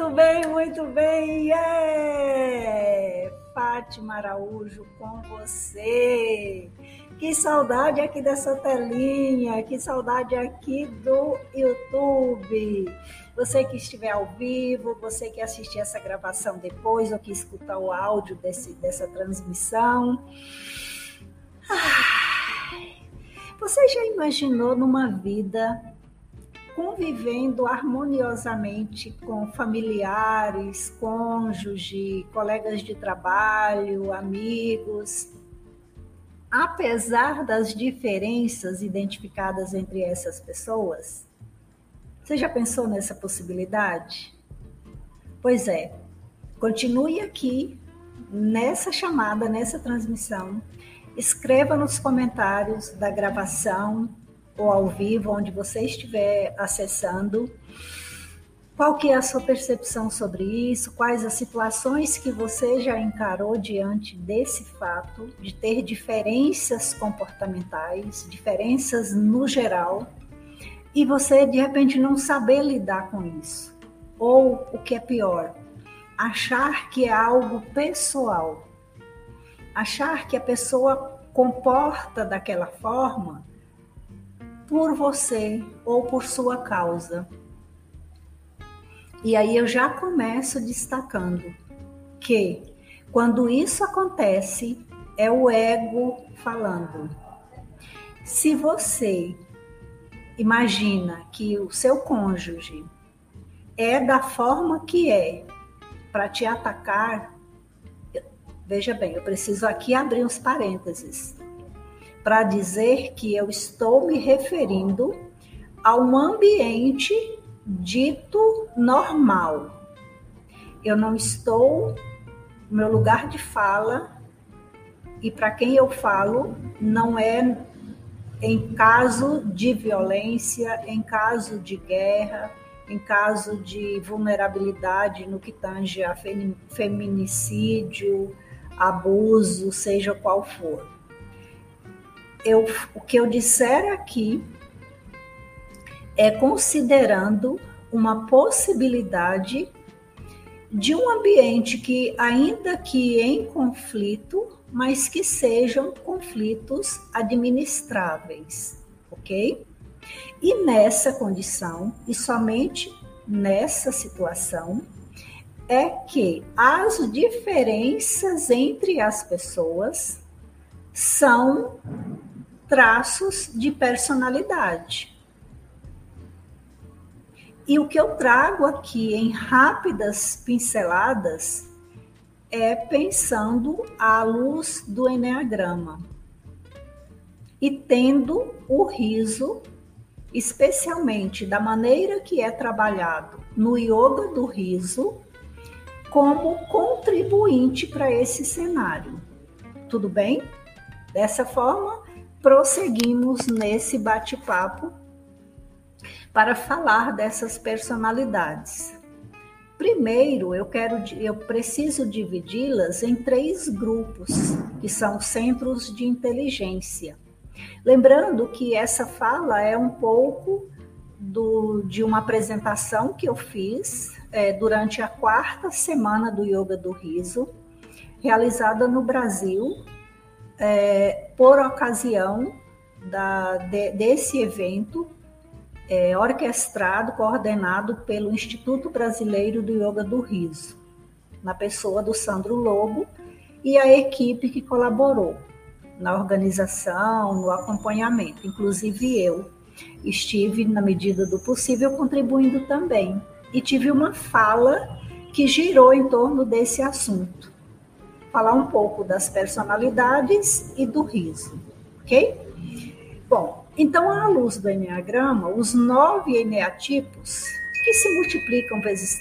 muito bem. Fátima Araújo com você. Que saudade aqui dessa telinha, que saudade aqui do YouTube. Você que estiver ao vivo, você que assistir essa gravação depois ou que escutar o áudio dessa transmissão. Você já imaginou numa vida convivendo harmoniosamente com familiares, cônjuge, colegas de trabalho, amigos, apesar das diferenças identificadas entre essas pessoas? Você já pensou nessa possibilidade? Pois é, continue aqui nessa chamada, nessa transmissão. Escreva nos comentários da gravação ou ao vivo, onde você estiver acessando, qual que é a sua percepção sobre isso, quais as situações que você já encarou diante desse fato de ter diferenças comportamentais, diferenças no geral, e você de repente não saber lidar com isso. Ou, o que é pior, achar que é algo pessoal, achar que a pessoa comporta daquela forma por você ou por sua causa. E aí eu já começo destacando que quando isso acontece, é o ego falando. Se você imagina que o seu cônjuge é da forma que é para te atacar, veja bem, eu preciso aqui abrir uns parênteses para dizer que eu estou me referindo a um ambiente dito normal. Eu não estou, meu lugar de fala, e para quem eu falo, não é em caso de violência, em caso de guerra, em caso de vulnerabilidade no que tange a feminicídio, abuso, seja qual for. O que eu disser aqui é considerando uma possibilidade de um ambiente que, ainda que em conflito, mas que sejam conflitos administráveis, ok? E nessa condição, e somente nessa situação, é que as diferenças entre as pessoas são traços de personalidade. E o que eu trago aqui em rápidas pinceladas é pensando à luz do eneagrama e tendo o riso, especialmente da maneira que é trabalhado no yoga do riso, como contribuinte para esse cenário. Tudo bem? Dessa forma, prosseguimos nesse bate-papo para falar dessas personalidades. Primeiro, eu preciso dividi-las em 3 grupos, que são centros de inteligência. Lembrando que essa fala é um pouco de uma apresentação que eu fiz durante a 4ª semana do Yoga do Riso, realizada no Brasil, por ocasião desse evento, orquestrado, coordenado pelo Instituto Brasileiro do Yoga do Riso, na pessoa do Sandro Lobo e a equipe que colaborou na organização, no acompanhamento. Inclusive eu estive, na medida do possível, contribuindo também. E tive uma fala que girou em torno desse assunto. Falar um pouco das personalidades e do riso, ok? Bom, então, à luz do eneagrama, os 9 eneatipos, que se multiplicam vezes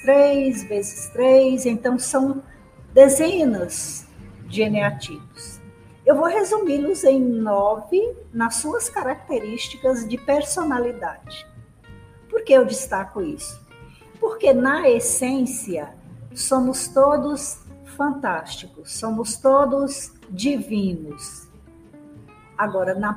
3, então são dezenas de eneatipos. Eu vou resumi-los em 9 nas suas características de personalidade. Por que eu destaco isso? Porque, na essência, somos todos fantásticos, somos todos divinos. Agora, na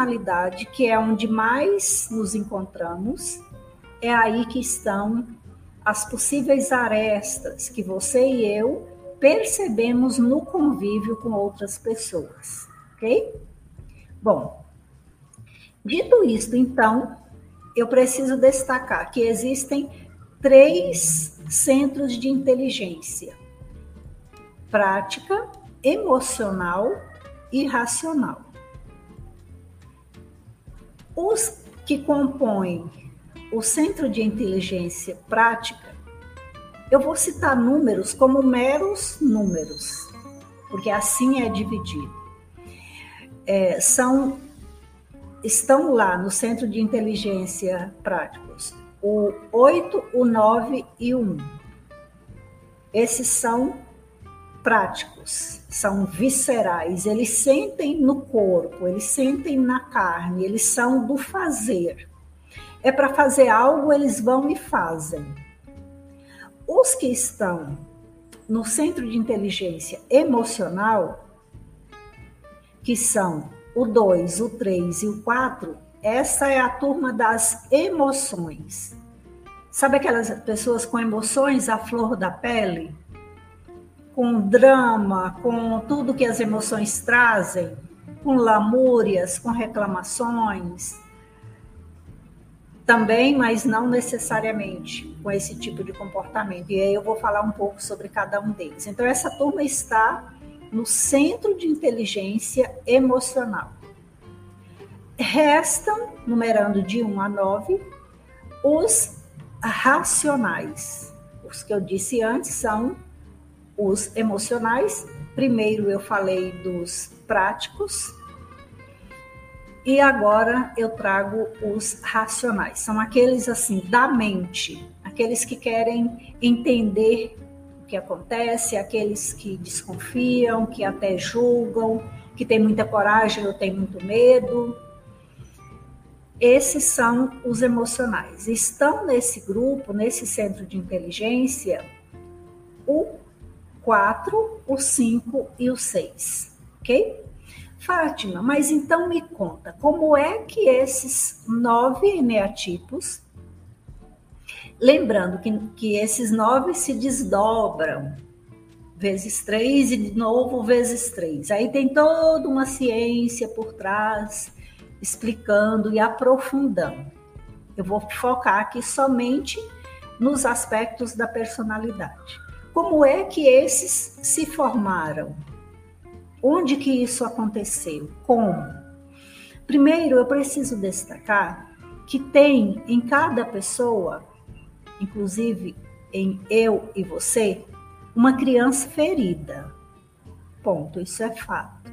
personalidade, que é onde mais nos encontramos, é aí que estão as possíveis arestas que você e eu percebemos no convívio com outras pessoas, ok? Bom, dito isto, então, eu preciso destacar que existem 3 centros de inteligência: prática, emocional e racional. Os que compõem o centro de inteligência prática, eu vou citar números como meros números, porque assim é dividido. Estão lá no centro de inteligência práticos o 8, o 9 e o 1. Esses são práticos, são viscerais, eles sentem no corpo, eles sentem na carne, eles são do fazer. É para fazer algo, eles vão e fazem. Os que estão no centro de inteligência emocional, que são o 2, o 3 e o 4, essa é a turma das emoções. Sabe aquelas pessoas com emoções à flor da pele? Com drama, com tudo que as emoções trazem, com lamúrias, com reclamações. Também, mas não necessariamente com esse tipo de comportamento. E aí eu vou falar um pouco sobre cada um deles. Então, essa turma está no centro de inteligência emocional. Restam, numerando de 1 a 9, os racionais. Os que eu disse antes são os emocionais. Primeiro eu falei dos práticos e agora eu trago os racionais. São aqueles assim da mente, aqueles que querem entender o que acontece, aqueles que desconfiam, que até julgam, que têm muita coragem ou têm muito medo. Esses são os emocionais. Estão nesse grupo, nesse centro de inteligência, o 4, o 5 e o 6, ok? Fátima, mas então me conta, como é que esses 9 eneatipos, lembrando que esses 9 se desdobram, vezes 3 e de novo vezes 3. Aí tem toda uma ciência por trás, explicando e aprofundando. Eu vou focar aqui somente nos aspectos da personalidade. Como é que esses se formaram? Onde que isso aconteceu? Como? Primeiro, eu preciso destacar que tem em cada pessoa, inclusive em eu e você, uma criança ferida. Ponto, isso é fato.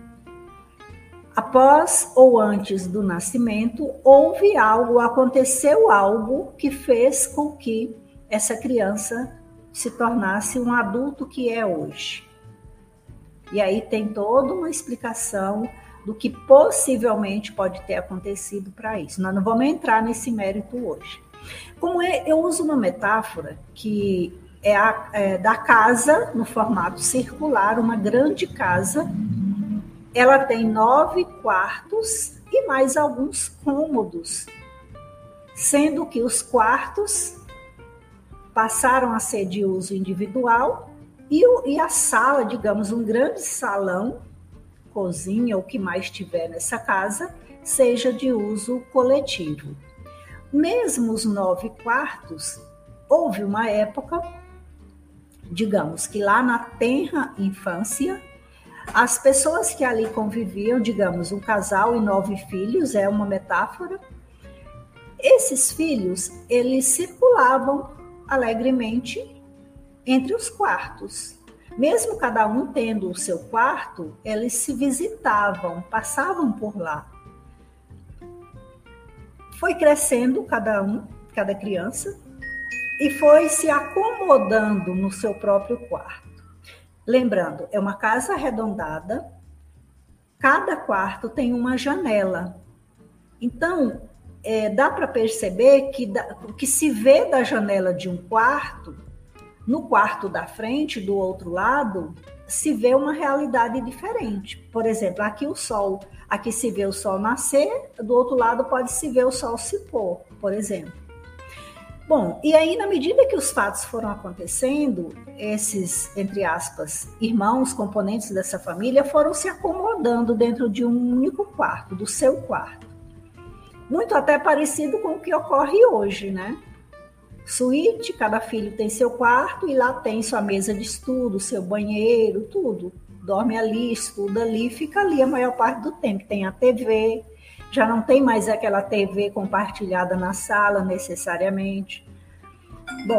Após ou antes do nascimento, houve algo, aconteceu algo que fez com que essa criança se tornasse um adulto que é hoje. E aí tem toda uma explicação do que possivelmente pode ter acontecido para isso. Nós não vamos entrar nesse mérito hoje. Eu uso uma metáfora que é da casa no formato circular, uma grande casa. Ela tem 9 quartos e mais alguns cômodos, sendo que os quartos passaram a ser de uso individual e a sala, digamos, um grande salão, cozinha, o que mais tiver nessa casa, seja de uso coletivo. Mesmo os 9 quartos, houve uma época, digamos que lá na tenra infância, as pessoas que ali conviviam, digamos, um casal e 9 filhos, é uma metáfora, esses filhos, eles circulavam alegremente entre os quartos. Mesmo cada um tendo o seu quarto, eles se visitavam, passavam por lá. Foi crescendo cada criança, e foi se acomodando no seu próprio quarto. Lembrando, é uma casa arredondada, cada quarto tem uma janela. Então, dá para perceber que o que se vê da janela de um quarto, no quarto da frente, do outro lado, se vê uma realidade diferente. Por exemplo, aqui se vê o sol nascer, do outro lado pode se ver o sol se pôr, por exemplo. Bom, e aí, na medida que os fatos foram acontecendo, esses, entre aspas, irmãos, componentes dessa família, foram se acomodando dentro de um único quarto, do seu quarto. Muito até parecido com o que ocorre hoje, né? Suíte, cada filho tem seu quarto e lá tem sua mesa de estudo, seu banheiro, tudo. Dorme ali, estuda ali, fica ali a maior parte do tempo. Tem a TV, já não tem mais aquela TV compartilhada na sala necessariamente. Bom,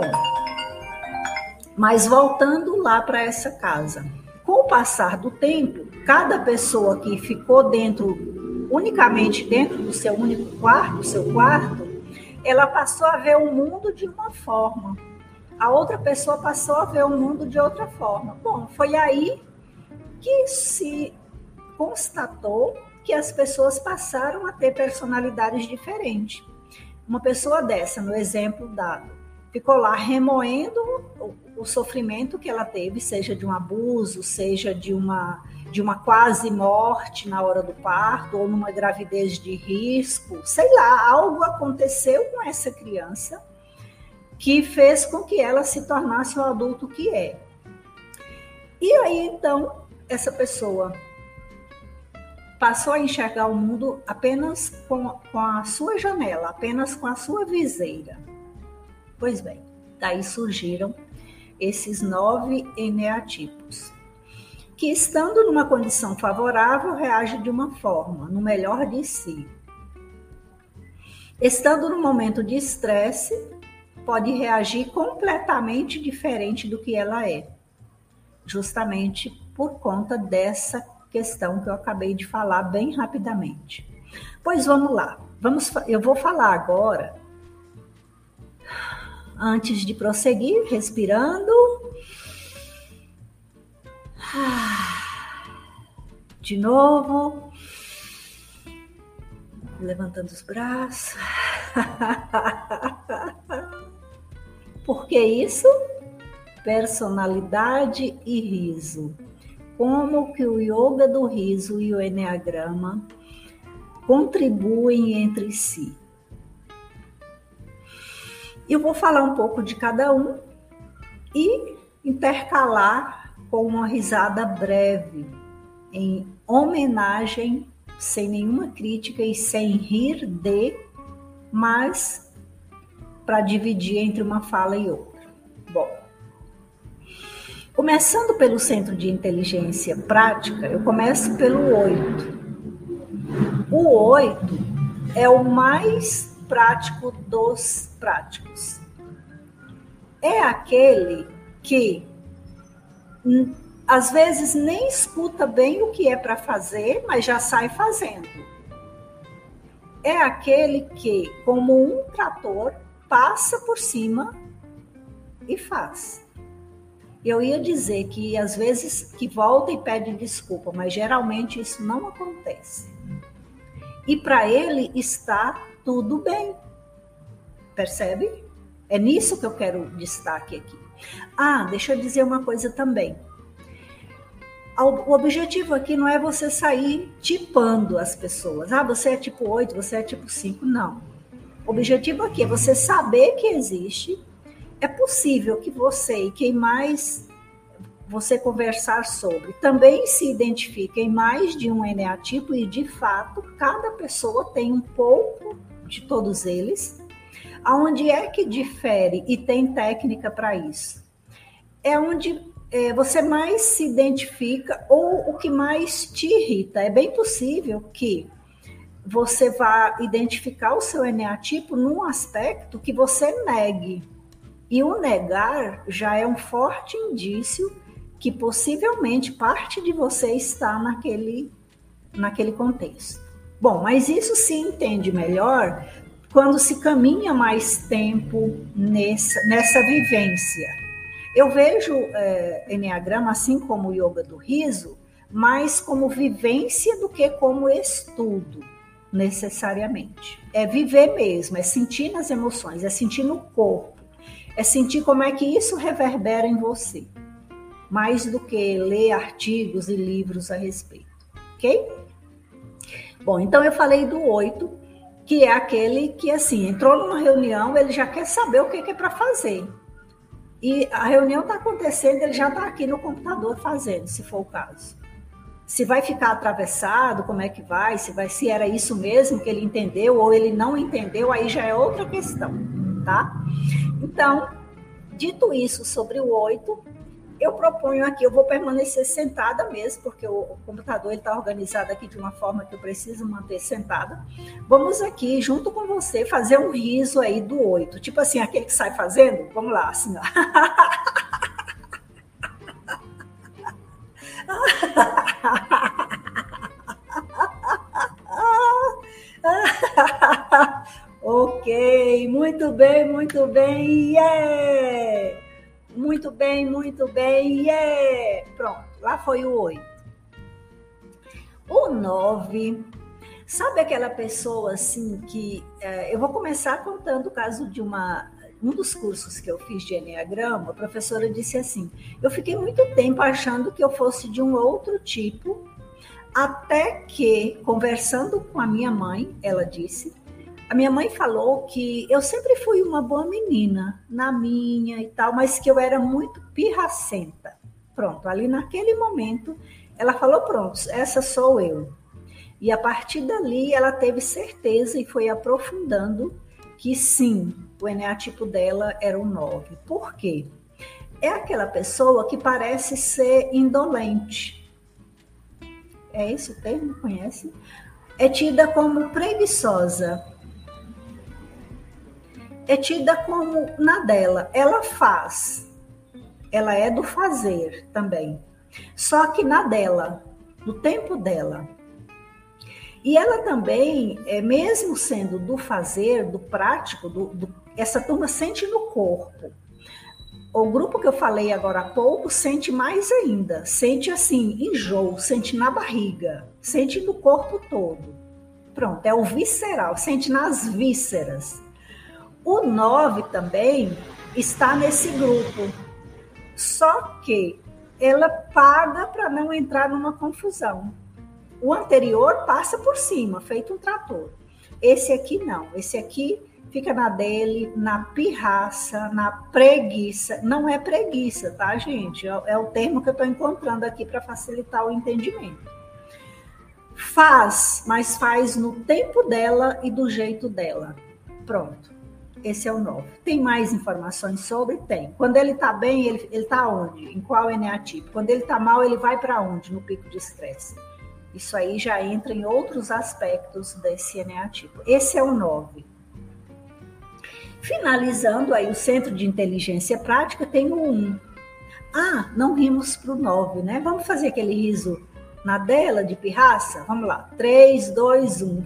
mas voltando lá para essa casa. Com o passar do tempo, cada pessoa que ficou unicamente dentro do seu único quarto, seu quarto, ela passou a ver o mundo de uma forma. A outra pessoa passou a ver o mundo de outra forma. Bom, foi aí que se constatou que as pessoas passaram a ter personalidades diferentes. Uma pessoa dessa, no exemplo dado, ficou lá remoendo o sofrimento que ela teve, seja de um abuso, seja de uma quase morte na hora do parto, ou numa gravidez de risco, sei lá, algo aconteceu com essa criança que fez com que ela se tornasse o adulto que é. E aí, então, essa pessoa passou a enxergar o mundo apenas com a sua janela, apenas com a sua viseira. Pois bem, daí surgiram esses 9 eneatipos, que estando numa condição favorável, reage de uma forma, no melhor de si. Estando no momento de estresse, pode reagir completamente diferente do que ela é, justamente por conta dessa questão que eu acabei de falar bem rapidamente. Pois vamos lá, eu vou falar agora, antes de prosseguir, respirando. De novo. Levantando os braços. Por que isso? Personalidade e riso. Como que o yoga do riso e o eneagrama contribuem entre si. Eu vou falar um pouco de cada um e intercalar com uma risada breve, em homenagem, sem nenhuma crítica e sem rir de, mas para dividir entre uma fala e outra. Bom, começando pelo Centro de Inteligência Prática, eu começo pelo 8. O 8 é o mais prático dos práticos. É aquele que às vezes nem escuta bem o que é para fazer, mas já sai fazendo. É aquele que, como um trator, passa por cima e faz. Eu ia dizer que às vezes que volta e pede desculpa, mas geralmente isso não acontece. E para ele está tudo bem. Percebe? É nisso que eu quero destaque aqui. Deixa eu dizer uma coisa também. O objetivo aqui não é você sair tipando as pessoas. Você é tipo 8, você é tipo 5. Não. O objetivo aqui é você saber que existe. É possível que você e quem mais você conversar sobre também se identifique em mais de um eneatipo e, de fato, cada pessoa tem um pouco de todos eles. Aonde é que difere e tem técnica para isso? É onde você mais se identifica ou o que mais te irrita. É bem possível que você vá identificar o seu eneatipo num aspecto que você negue. E o negar já é um forte indício que possivelmente parte de você está naquele contexto. Bom, mas isso se entende melhor quando se caminha mais tempo nessa vivência. Eu vejo eneagrama, assim como o yoga do riso, mais como vivência do que como estudo, necessariamente. É viver mesmo, é sentir nas emoções, é sentir no corpo, é sentir como é que isso reverbera em você, mais do que ler artigos e livros a respeito, ok? Bom, então eu falei do 8, que é aquele que, assim, entrou numa reunião, ele já quer saber o que é para fazer. E a reunião está acontecendo, ele já está aqui no computador fazendo, se for o caso. Se vai ficar atravessado, como é que vai, se era isso mesmo que ele entendeu ou ele não entendeu, aí já é outra questão, tá? Então, dito isso sobre o 8, eu proponho aqui, eu vou permanecer sentada mesmo, porque o computador está organizado aqui de uma forma que eu preciso manter sentada. Vamos aqui, junto com você, fazer um riso aí do 8. Tipo assim, aquele que sai fazendo? Vamos lá, assim, ó. Ok, muito bem, yeah! Muito bem, yeah! Pronto, lá foi o 8. O 9, sabe aquela pessoa assim que... eu vou começar contando o caso de um dos cursos que eu fiz de Enneagrama. A professora disse assim, eu fiquei muito tempo achando que eu fosse de um outro tipo, até que, conversando com a minha mãe, ela disse... A minha mãe falou que eu sempre fui uma boa menina, na minha e tal, mas que eu era muito pirracenta. Pronto, ali naquele momento, ela falou, pronto, essa sou eu. E a partir dali, ela teve certeza e foi aprofundando que sim, o eneatipo dela era o 9. Por quê? É aquela pessoa que parece ser indolente. É esse o termo? Conhece? É tida como preguiçosa. É tida como na dela, ela faz, ela é do fazer também, só que na dela, no tempo dela. E ela também, mesmo sendo do fazer, do prático, essa turma sente no corpo. O grupo que eu falei agora há pouco sente mais ainda, sente assim, enjoo, sente na barriga, sente no corpo todo. Pronto, é o visceral, sente nas vísceras. O 9 também está nesse grupo, só que ela paga para não entrar numa confusão. O anterior passa por cima, feito um trator. Esse aqui não, esse aqui fica na dele, na pirraça, na preguiça. Não é preguiça, tá, gente? É o termo que eu estou encontrando aqui para facilitar o entendimento. Faz, mas faz no tempo dela e do jeito dela. Pronto. Esse é o 9. Tem mais informações sobre? Tem. Quando ele está bem, ele está onde? Em qual eneatipo? Quando ele está mal, ele vai para onde? No pico de estresse. Isso aí já entra em outros aspectos desse eneatipo. Esse é o 9. Finalizando aí o Centro de Inteligência Prática, tem o 1. Ah, não rimos para o 9, né? Vamos fazer aquele riso na dela de pirraça? Vamos lá. 3, 2, 1.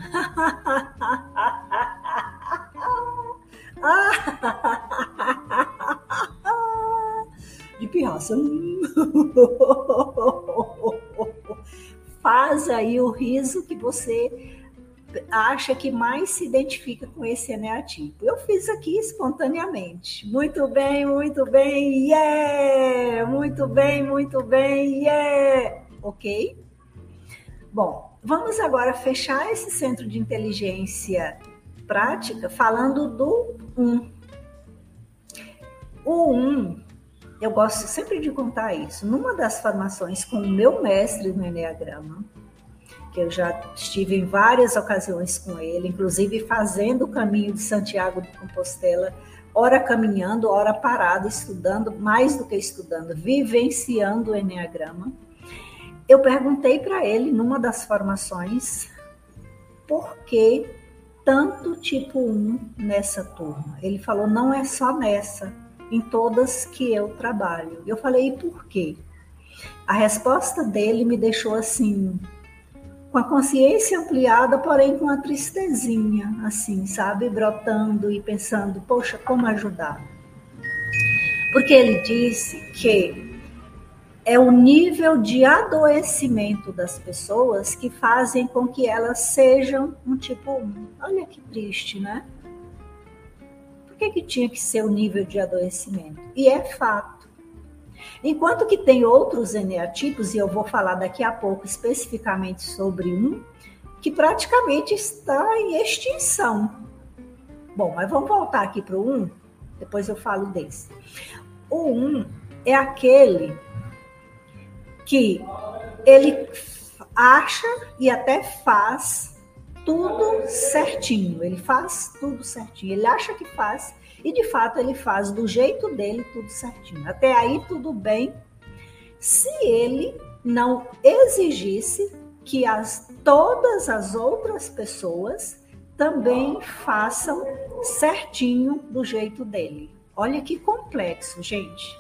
De pirraça. Faz aí o riso que você acha que mais se identifica com esse eneatipo. Eu fiz aqui espontaneamente. Muito bem, yeah! Muito bem, yeah! Ok? Bom, vamos agora fechar esse centro de inteligência prática falando do 1. O 1, eu gosto sempre de contar isso, numa das formações com o meu mestre no Enneagrama, que eu já estive em várias ocasiões com ele, inclusive fazendo o caminho de Santiago de Compostela, ora caminhando, ora parado, estudando, mais do que estudando, vivenciando o Enneagrama. Eu perguntei para ele, numa das formações, por que tanto tipo 1 nessa turma? Ele falou, não é só nessa, em todas que eu trabalho. Eu falei, e por quê? A resposta dele me deixou assim, com a consciência ampliada, porém com a tristezinha, assim, sabe? Brotando e pensando, poxa, como ajudar? Porque ele disse que é o nível de adoecimento das pessoas que fazem com que elas sejam um tipo 1. Olha que triste, né? Por que tinha que ser o nível de adoecimento? E é fato. Enquanto que tem outros eneatipos, e eu vou falar daqui a pouco especificamente sobre um, que praticamente está em extinção. Bom, mas vamos voltar aqui para o 1, depois eu falo desse. O 1 é aquele que ele acha e até faz tudo certinho. Ele faz tudo certinho. Ele acha que faz e, de fato, ele faz do jeito dele tudo certinho. Até aí, tudo bem, se ele não exigisse que todas as outras pessoas também façam certinho do jeito dele. Olha que complexo, gente.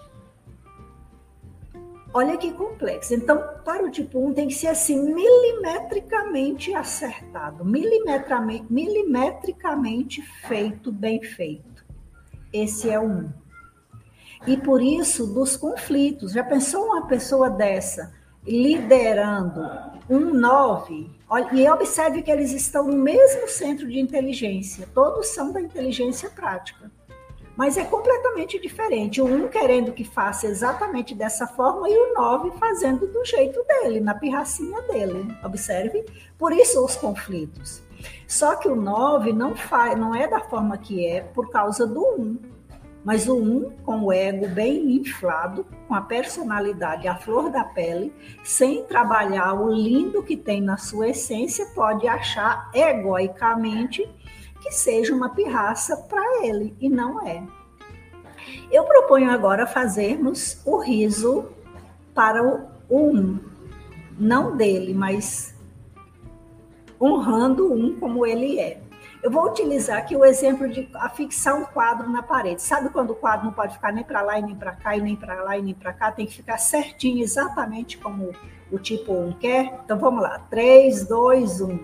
Olha que complexo. Então, para o tipo 1 tem que ser assim, milimetricamente acertado, milimetricamente feito, bem feito. Esse é o 1. E por isso, dos conflitos. Já pensou uma pessoa dessa liderando um 9? E observe que eles estão no mesmo centro de inteligência. Todos são da inteligência prática. Mas é completamente diferente. O 1 querendo que faça exatamente dessa forma e o 9 fazendo do jeito dele, na pirracinha dele. Observe. Por isso os conflitos. Só que o 9 não é da forma que é por causa do 1. Mas o 1, com o ego bem inflado, com a personalidade à flor da pele, sem trabalhar o lindo que tem na sua essência, pode achar egoicamente que seja uma pirraça para ele, e não é. Eu proponho agora fazermos o riso para o 1, não dele, mas honrando o 1 como ele é. Eu vou utilizar aqui o exemplo de afixar um quadro na parede. Sabe quando o quadro não pode ficar nem para lá e nem para cá, e nem para lá e nem para cá? Tem que ficar certinho, exatamente como o tipo 1 quer? Então vamos lá. 3, 2, 1.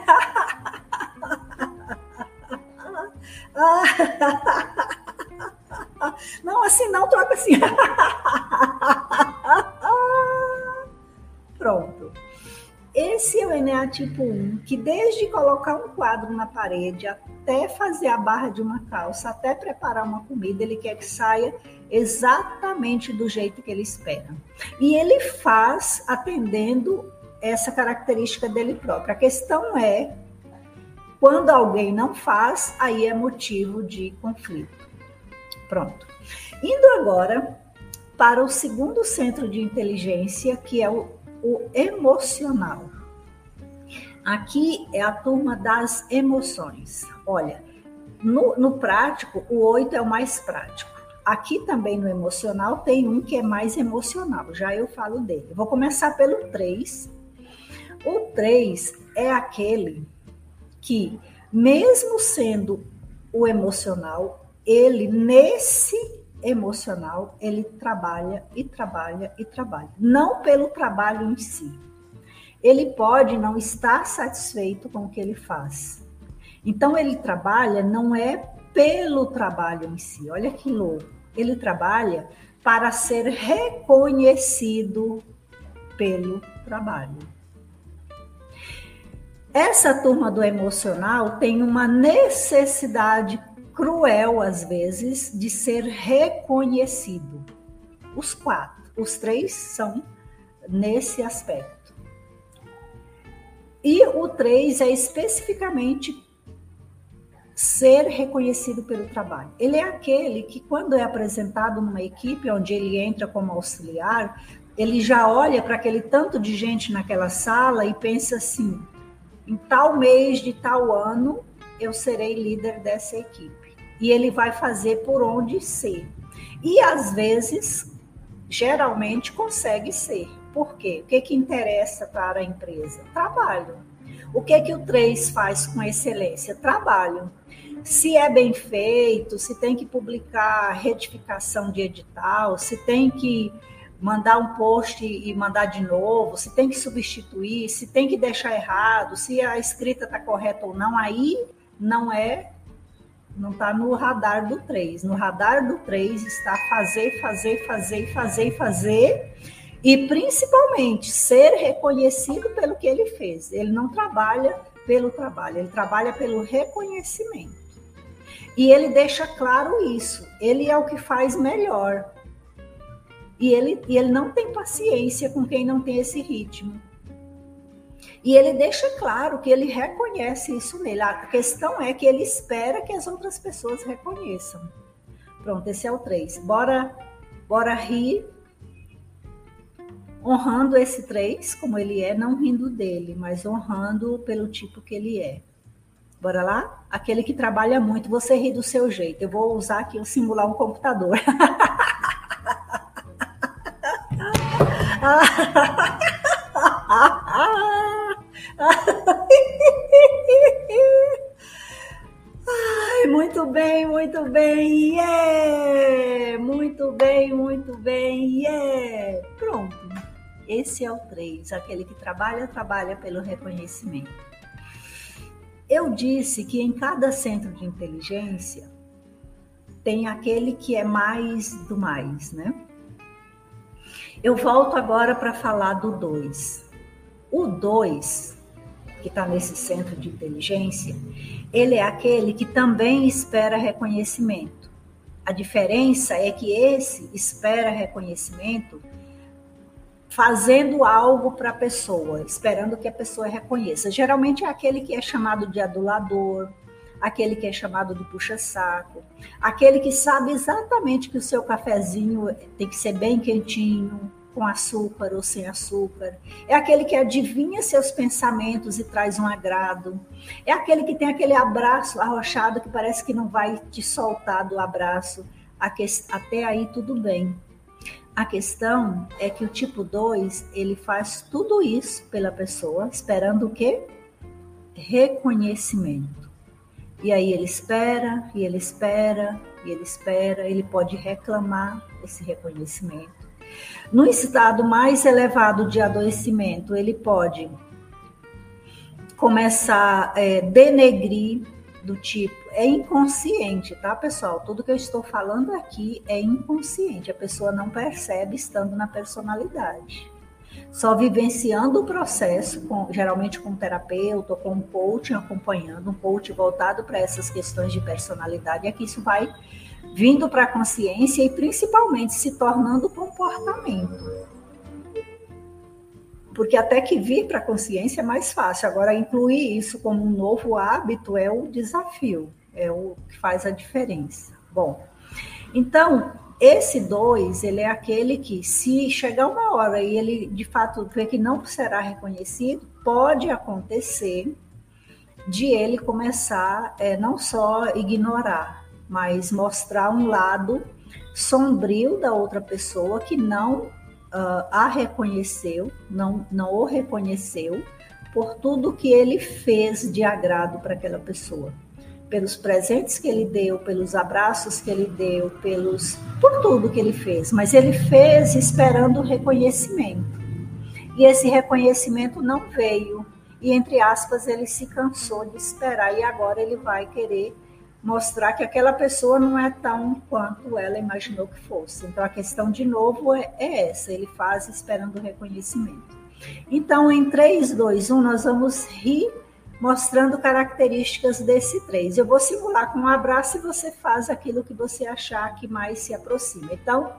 Não, assim não, troca assim. Pronto. Esse é o ENEA tipo 1, que desde colocar um quadro na parede, até fazer a barra de uma calça, até preparar uma comida, ele quer que saia exatamente do jeito que ele espera. E ele faz atendendo essa característica dele próprio. A questão é, quando alguém não faz, aí é motivo de conflito. Pronto. Indo agora para o segundo centro de inteligência, que é o emocional. Aqui é a turma das emoções. Olha, no prático, o 8 é o mais prático. Aqui também no emocional tem um que é mais emocional, já eu falo dele. Eu vou começar pelo 3. O 3 é aquele que, mesmo sendo o emocional, ele nesse emocional, ele trabalha e trabalha e trabalha. Não pelo trabalho em si. Ele pode não estar satisfeito com o que ele faz. Então, ele trabalha não é pelo trabalho em si. Olha que louco. Ele trabalha para ser reconhecido pelo trabalho. Essa turma do emocional tem uma necessidade cruel, às vezes, de ser reconhecido. Os 4, os 3 são nesse aspecto. E o 3 é especificamente ser reconhecido pelo trabalho. Ele é aquele que, quando é apresentado numa equipe onde ele entra como auxiliar, ele já olha para aquele tanto de gente naquela sala e pensa assim, em tal mês de tal ano, eu serei líder dessa equipe. E ele vai fazer por onde ser. E, às vezes, geralmente, consegue ser. Por quê? O que interessa para a empresa? Trabalho. O que o 3 faz com excelência? Trabalho. Se é bem feito, se tem que publicar retificação de edital, se tem que mandar um post e mandar de novo, se tem que substituir, se tem que deixar errado, se a escrita está correta ou não, aí não está no radar do 3. No radar do 3 está fazer, e principalmente ser reconhecido pelo que ele fez. Ele não trabalha pelo trabalho, ele trabalha pelo reconhecimento. E ele deixa claro isso, ele é o que faz melhor. E ele não tem paciência com quem não tem esse ritmo. E ele deixa claro que ele reconhece isso nele. A questão é que ele espera que as outras pessoas reconheçam. Pronto, esse é o 3. Bora rir, honrando esse 3 como ele é, não rindo dele, mas honrando pelo tipo que ele é. Bora lá? Aquele que trabalha muito, você ri do seu jeito. Eu vou usar aqui, simular um computador. Ai, muito bem, yeah! Muito bem, yeah! Pronto, esse é o 3, aquele que trabalha pelo reconhecimento. Eu disse que em cada centro de inteligência tem aquele que é mais do mais, né? Eu volto agora para falar do 2. O 2, que está nesse centro de inteligência, ele é aquele que também espera reconhecimento. A diferença é que esse espera reconhecimento fazendo algo para a pessoa, esperando que a pessoa reconheça. Geralmente é aquele que é chamado de adulador, aquele que é chamado de puxa-saco, aquele que sabe exatamente que o seu cafezinho tem que ser bem quentinho, com açúcar ou sem açúcar. É aquele que adivinha seus pensamentos e traz um agrado. É aquele que tem aquele abraço arrochado que parece que não vai te soltar do abraço. Até aí tudo bem. A questão é que o tipo 2, ele faz tudo isso pela pessoa, esperando o quê? Reconhecimento. E aí ele espera, e ele espera, e ele espera, ele pode reclamar esse reconhecimento. No estado mais elevado de adoecimento, ele pode começar a denegrir, do tipo, é inconsciente, tá, pessoal? Tudo que eu estou falando aqui é inconsciente, a pessoa não percebe estando na personalidade. Só vivenciando o processo, geralmente com um terapeuta ou com um coach acompanhando, um coach voltado para essas questões de personalidade, é que isso vai vindo para a consciência e principalmente se tornando comportamento. Porque até que vir para a consciência é mais fácil. Agora, incluir isso como um novo hábito é o desafio, é o que faz a diferença. Bom, então, esse 2, ele é aquele que, se chegar uma hora e ele, de fato, vê que não será reconhecido, pode acontecer de ele começar não só ignorar, mas mostrar um lado sombrio da outra pessoa que não a reconheceu, não o reconheceu por tudo que ele fez de agrado para aquela pessoa. Pelos presentes que ele deu, pelos abraços que ele deu, por tudo que ele fez. Mas ele fez esperando reconhecimento. E esse reconhecimento não veio. E, entre aspas, ele se cansou de esperar. E agora ele vai querer mostrar que aquela pessoa não é tão quanto ela imaginou que fosse. Então, a questão, de novo, é essa. Ele faz esperando reconhecimento. Então, em 3, 2, 1, nós vamos rir mostrando características desse 3. Eu vou simular com um abraço e você faz aquilo que você achar que mais se aproxima. Então...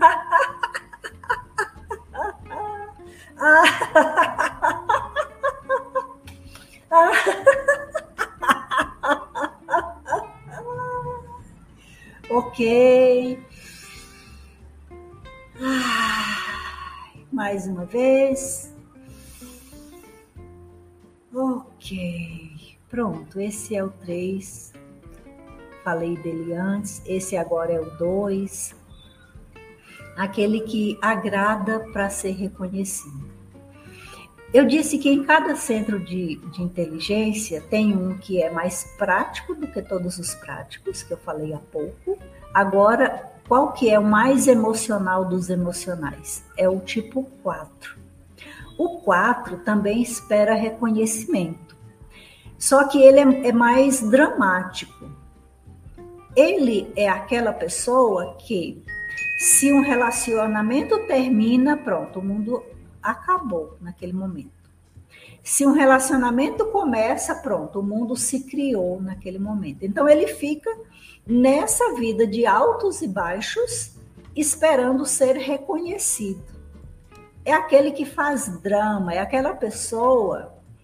Ok. Mais uma vez. Ok. Pronto, esse é o 3. Falei dele antes. Esse agora é o 2. Aquele que agrada para ser reconhecido. Eu disse que em cada centro de inteligência tem um que é mais prático do que todos os práticos, que eu falei há pouco. Agora, qual que é o mais emocional dos emocionais? É o tipo 4. O 4 também espera reconhecimento, só que ele é mais dramático. Ele é aquela pessoa que, se um relacionamento termina, pronto, o mundo acabou naquele momento. Se um relacionamento começa, pronto, o mundo se criou naquele momento. Então, ele fica nessa vida de altos e baixos, esperando ser reconhecido. É aquele que faz drama, é aquela pessoa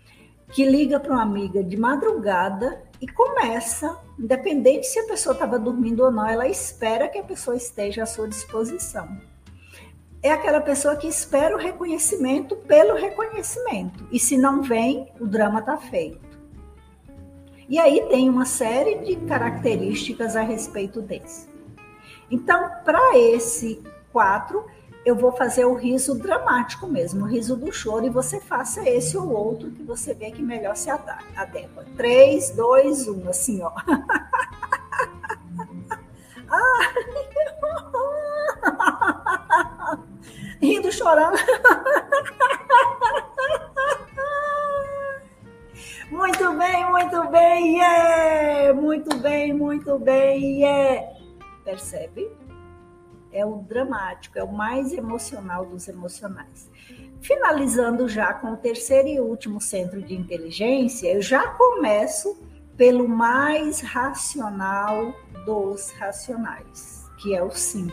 que liga para uma amiga de madrugada e começa, independente se a pessoa estava dormindo ou não, ela espera que a pessoa esteja à sua disposição. É aquela pessoa que espera o reconhecimento pelo reconhecimento. E se não vem, o drama está feito. E aí tem uma série de características a respeito desse. Então, para esse 4, eu vou fazer o riso dramático mesmo, o riso do choro, e você faça esse ou outro que você vê que melhor se adequa. 3, 2, 1, assim, ó. Rindo, chorando. Muito bem, yeah! Muito bem, yeah! Percebe? É o dramático, é o mais emocional dos emocionais. Finalizando já com o terceiro e último centro de inteligência, eu já começo pelo mais racional dos racionais, que é o 5.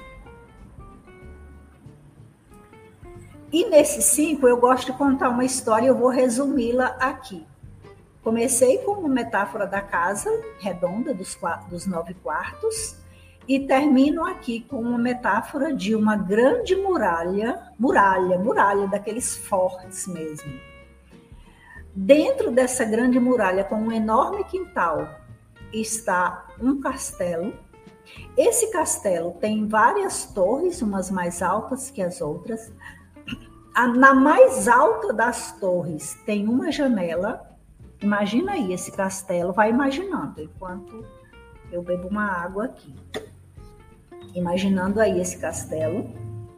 E nesse 5 eu gosto de contar uma história, eu vou resumi-la aqui. Comecei com uma metáfora da casa redonda dos 9 quartos e termino aqui com uma metáfora de uma grande muralha daqueles fortes mesmo. Dentro dessa grande muralha, com um enorme quintal, está um castelo. Esse castelo tem várias torres, umas mais altas que as outras. Na mais alta das torres tem uma janela. Imagina aí esse castelo, vai imaginando, enquanto eu bebo uma água aqui. Imaginando aí esse castelo.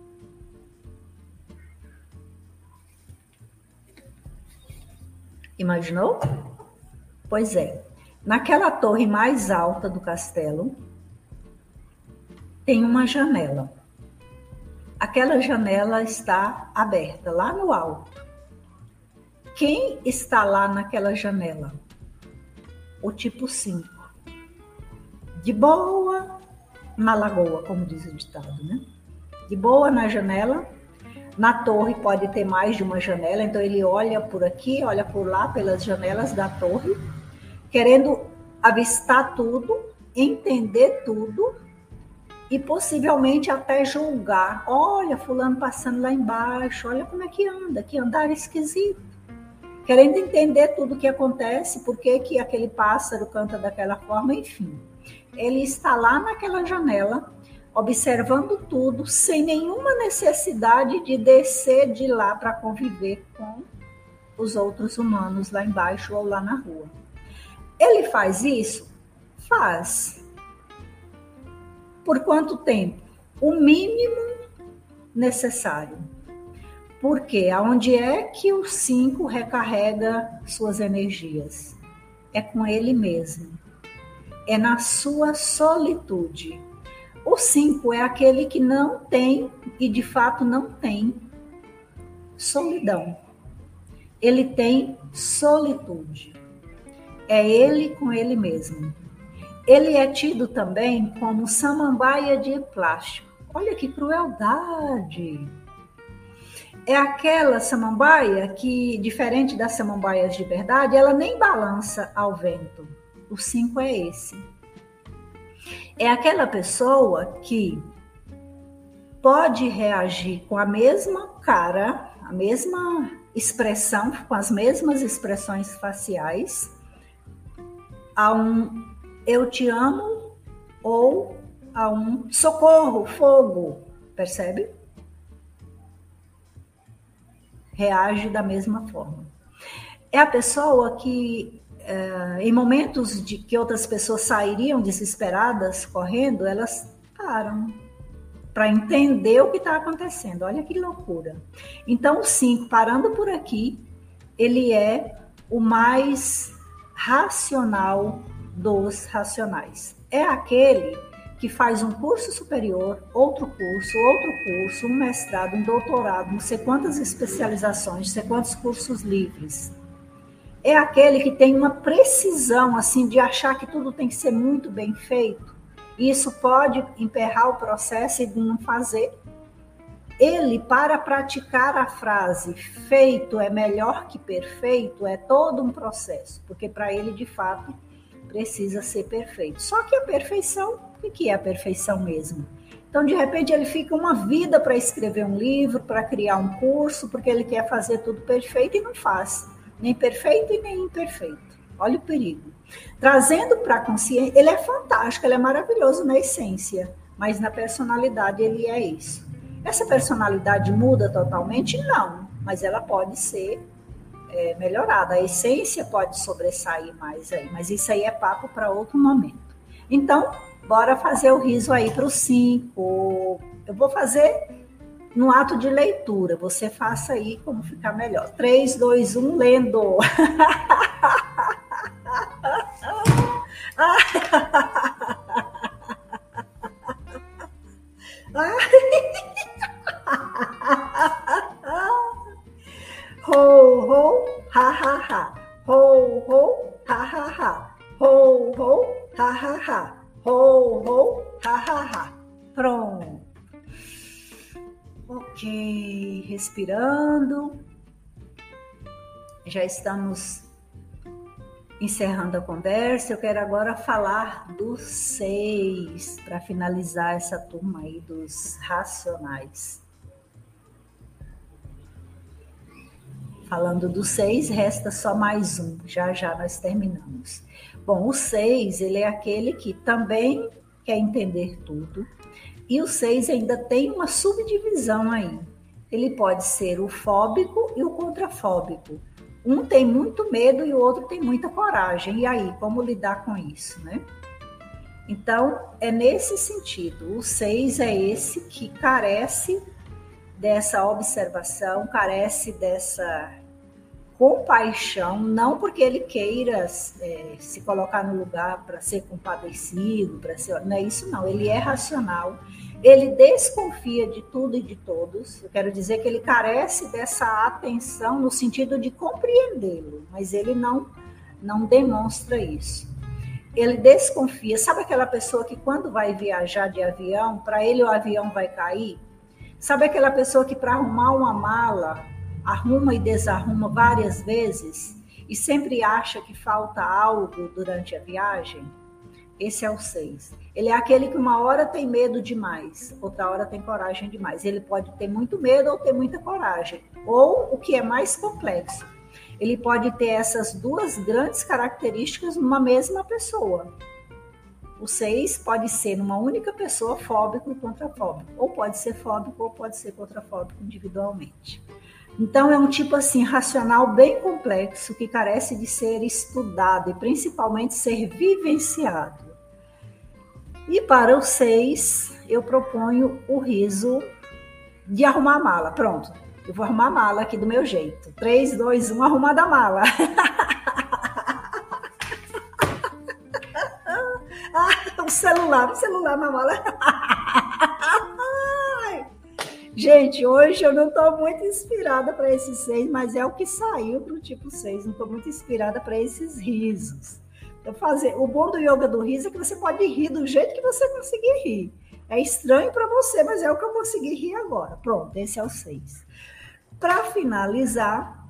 Imaginou? Pois é. Naquela torre mais alta do castelo, tem uma janela. Aquela janela está aberta, lá no alto. Quem está lá naquela janela? O tipo 5. De boa na lagoa, como diz o ditado, né? De boa na janela. Na torre pode ter mais de uma janela, então ele olha por aqui, olha por lá, pelas janelas da torre, querendo avistar tudo, entender tudo e possivelmente até julgar. Olha, fulano passando lá embaixo, olha como é que anda, que andar esquisito. Querendo entender tudo o que acontece, por que aquele pássaro canta daquela forma, enfim. Ele está lá naquela janela, observando tudo, sem nenhuma necessidade de descer de lá para conviver com os outros humanos lá embaixo ou lá na rua. Ele faz isso? Faz. Por quanto tempo? O mínimo necessário. Porque aonde é que o 5 recarrega suas energias? É com ele mesmo. É na sua solitude. O 5 é aquele que não tem, e de fato não tem, solidão. Ele tem solitude. É ele com ele mesmo. Ele é tido também como samambaia de plástico. Olha que crueldade! É aquela samambaia que, diferente das samambaias de verdade, ela nem balança ao vento. O 5 é esse. É aquela pessoa que pode reagir com a mesma cara, a mesma expressão, com as mesmas expressões faciais, a um eu te amo ou a um socorro, fogo, percebe? Reage da mesma forma. É a pessoa que, em momentos de que outras pessoas sairiam desesperadas, correndo, elas param para entender o que está acontecendo. Olha que loucura. Então, o 5, parando por aqui, ele é o mais racional dos racionais. É aquele que faz um curso superior, outro curso, um mestrado, um doutorado, não sei quantas especializações, não sei quantos cursos livres. É aquele que tem uma precisão, assim, de achar que tudo tem que ser muito bem feito. E isso pode emperrar o processo e não fazer. Ele, para praticar a frase feito é melhor que perfeito, é todo um processo, porque para ele, de fato, precisa ser perfeito. Só que a perfeição, o que é a perfeição mesmo? Então, de repente, ele fica uma vida para escrever um livro, para criar um curso, porque ele quer fazer tudo perfeito e não faz. Nem perfeito e nem imperfeito. Olha o perigo. Trazendo para a consciência, ele é fantástico, ele é maravilhoso na essência, mas na personalidade ele é isso. Essa personalidade muda totalmente? Não, mas ela pode ser melhorada. A essência pode sobressair mais aí, mas isso aí é papo para outro momento. Então, bora fazer o riso aí para os 5. Eu vou fazer no ato de leitura. Você faça aí como ficar melhor. 3, 2, 1, lendo. Ho, ho, ha, ha, ha. Ho, ho, ha, ha, ha. Ho, ho, ha, ha, ha. Ho, ho, ha, ha, ha. Pronto. Ok, respirando. Já estamos encerrando a conversa. Eu quero agora falar dos 6, para finalizar essa turma aí dos racionais. Falando do 6, resta só mais um. Já já nós terminamos. Bom, o 6, ele é aquele que também quer entender tudo. E o 6 ainda tem uma subdivisão aí. Ele pode ser o fóbico e o contrafóbico. Um tem muito medo e o outro tem muita coragem. E aí, como lidar com isso, né? Então, é nesse sentido. O 6 é esse que carece dessa observação, carece dessa compaixão, não porque ele queira se colocar no lugar para ser compadecido, para ser, não é isso não, ele é racional, ele desconfia de tudo e de todos. Eu quero dizer que ele carece dessa atenção no sentido de compreendê-lo, mas ele não demonstra isso. Ele desconfia, sabe aquela pessoa que quando vai viajar de avião, para ele o avião vai cair? Sabe aquela pessoa que para arrumar uma mala, arruma e desarruma várias vezes e sempre acha que falta algo durante a viagem? Esse é o 6. Ele é aquele que uma hora tem medo demais, outra hora tem coragem demais. Ele pode ter muito medo ou ter muita coragem. Ou, o que é mais complexo, ele pode ter essas duas grandes características numa mesma pessoa. O 6 pode ser numa única pessoa fóbico e contrafóbico. Ou pode ser fóbico ou pode ser contrafóbico individualmente. Então, é um tipo assim, racional bem complexo, que carece de ser estudado e principalmente ser vivenciado. E para o 6, eu proponho o riso de arrumar a mala. Pronto, eu vou arrumar a mala aqui do meu jeito. 3, 2, 1, arrumada a mala. O celular na mala. Gente, hoje eu não estou muito inspirada para esses 6, mas é o que saiu para o tipo 6. Não estou muito inspirada para esses risos. O bom do yoga do riso é que você pode rir do jeito que você conseguir rir. É estranho para você, mas é o que eu consegui rir agora. Pronto, esse é o 6. Para finalizar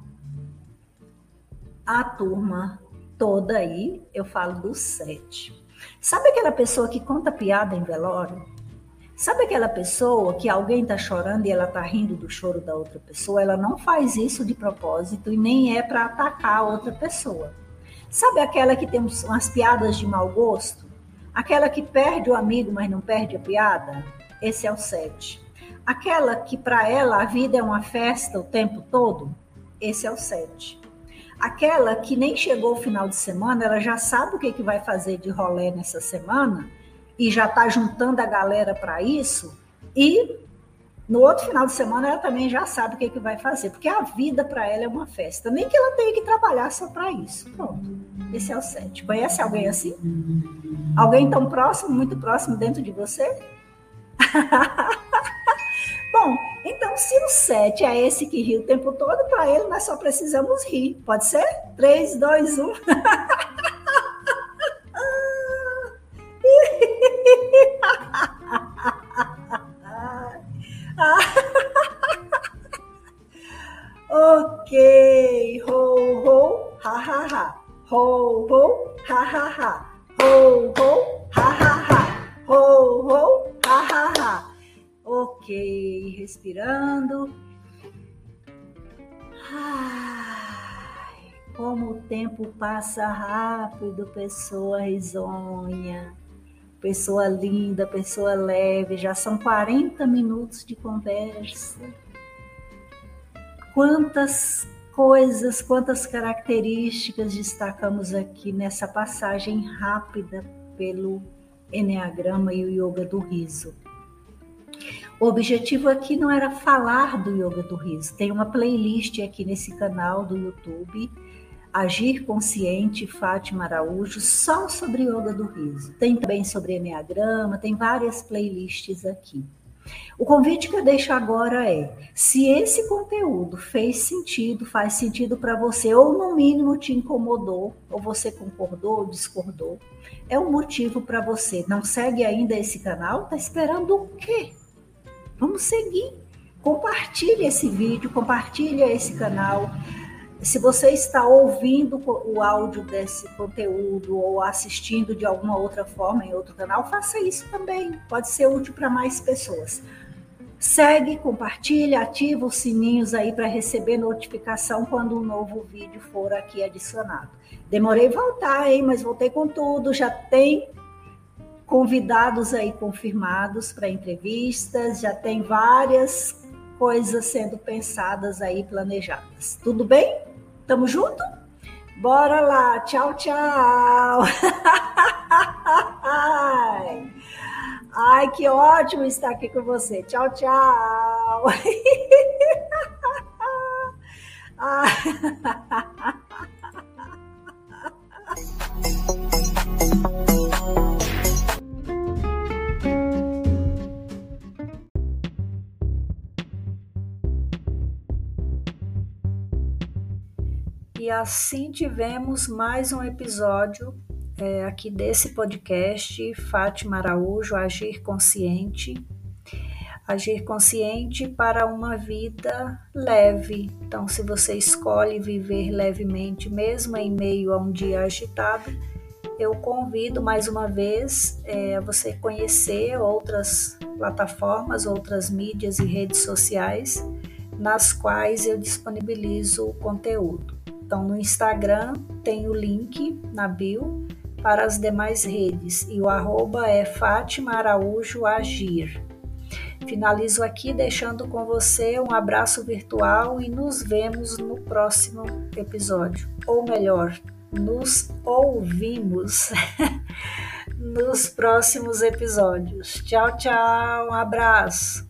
a turma toda aí, eu falo do 7. Sabe aquela pessoa que conta piada em velório? Sabe aquela pessoa que alguém está chorando e ela está rindo do choro da outra pessoa? Ela não faz isso de propósito e nem é para atacar a outra pessoa. Sabe aquela que tem umas piadas de mau gosto? Aquela que perde o amigo, mas não perde a piada? Esse é o 7. Aquela que para ela a vida é uma festa o tempo todo? Esse é o 7. Aquela que nem chegou o final de semana, ela já sabe o que vai fazer de rolê nessa semana e já está juntando a galera para isso, e no outro final de semana ela também já sabe o que vai fazer, porque a vida para ela é uma festa, nem que ela tenha que trabalhar só para isso. Pronto, esse é o 7. Conhece alguém assim? Alguém tão próximo, muito próximo dentro de você? Bom, então se o 7 é esse que ri o tempo todo, para ele nós só precisamos rir. Pode ser? 3, 2, 1. Ok. Ho, ho, ha, ha, ha. Ho, ho, ha, ha, ha. Ho, ho, ha, ha, ha. Ho, ho, ha, ha, ha. Ok, respirando. Ai, como o tempo passa rápido, pessoa risonha, pessoa linda, pessoa leve. Já são 40 minutos de conversa. Quantas coisas, quantas características destacamos aqui nessa passagem rápida pelo Eneagrama e o Yoga do Riso. O objetivo aqui não era falar do Yoga do Riso. Tem uma playlist aqui nesse canal do YouTube, Agir Consciente, Fátima Araújo, só sobre Yoga do Riso. Tem também sobre Eneagrama, tem várias playlists aqui. O convite que eu deixo agora é, se esse conteúdo faz sentido para você, ou no mínimo te incomodou, ou você concordou ou discordou, é um motivo para você. Não segue ainda esse canal? Tá esperando o quê? Vamos seguir. Compartilhe esse vídeo, compartilhe esse canal. Se você está ouvindo o áudio desse conteúdo ou assistindo de alguma outra forma em outro canal, faça isso também. Pode ser útil para mais pessoas. Segue, compartilha, ativa os sininhos aí para receber notificação quando um novo vídeo for aqui adicionado. Demorei a voltar, hein? Mas voltei com tudo. Já tem convidados aí confirmados para entrevistas, já tem várias coisas sendo pensadas aí, planejadas. Tudo bem? Tamo junto? Bora lá! Tchau, tchau! Ai, que ótimo estar aqui com você. Tchau, tchau! E assim tivemos mais um episódio aqui desse podcast, Fátima Araújo, Agir Consciente. Agir consciente para uma vida leve. Então, se você escolhe viver levemente, mesmo em meio a um dia agitado, eu convido mais uma vez a você conhecer outras plataformas, outras mídias e redes sociais nas quais eu disponibilizo o conteúdo. Então, no Instagram tem o link na bio para as demais redes e o @ é Fátima Araújo Agir. Finalizo aqui deixando com você um abraço virtual e nos vemos no próximo episódio. Ou melhor, nos ouvimos nos próximos episódios. Tchau, tchau, um abraço!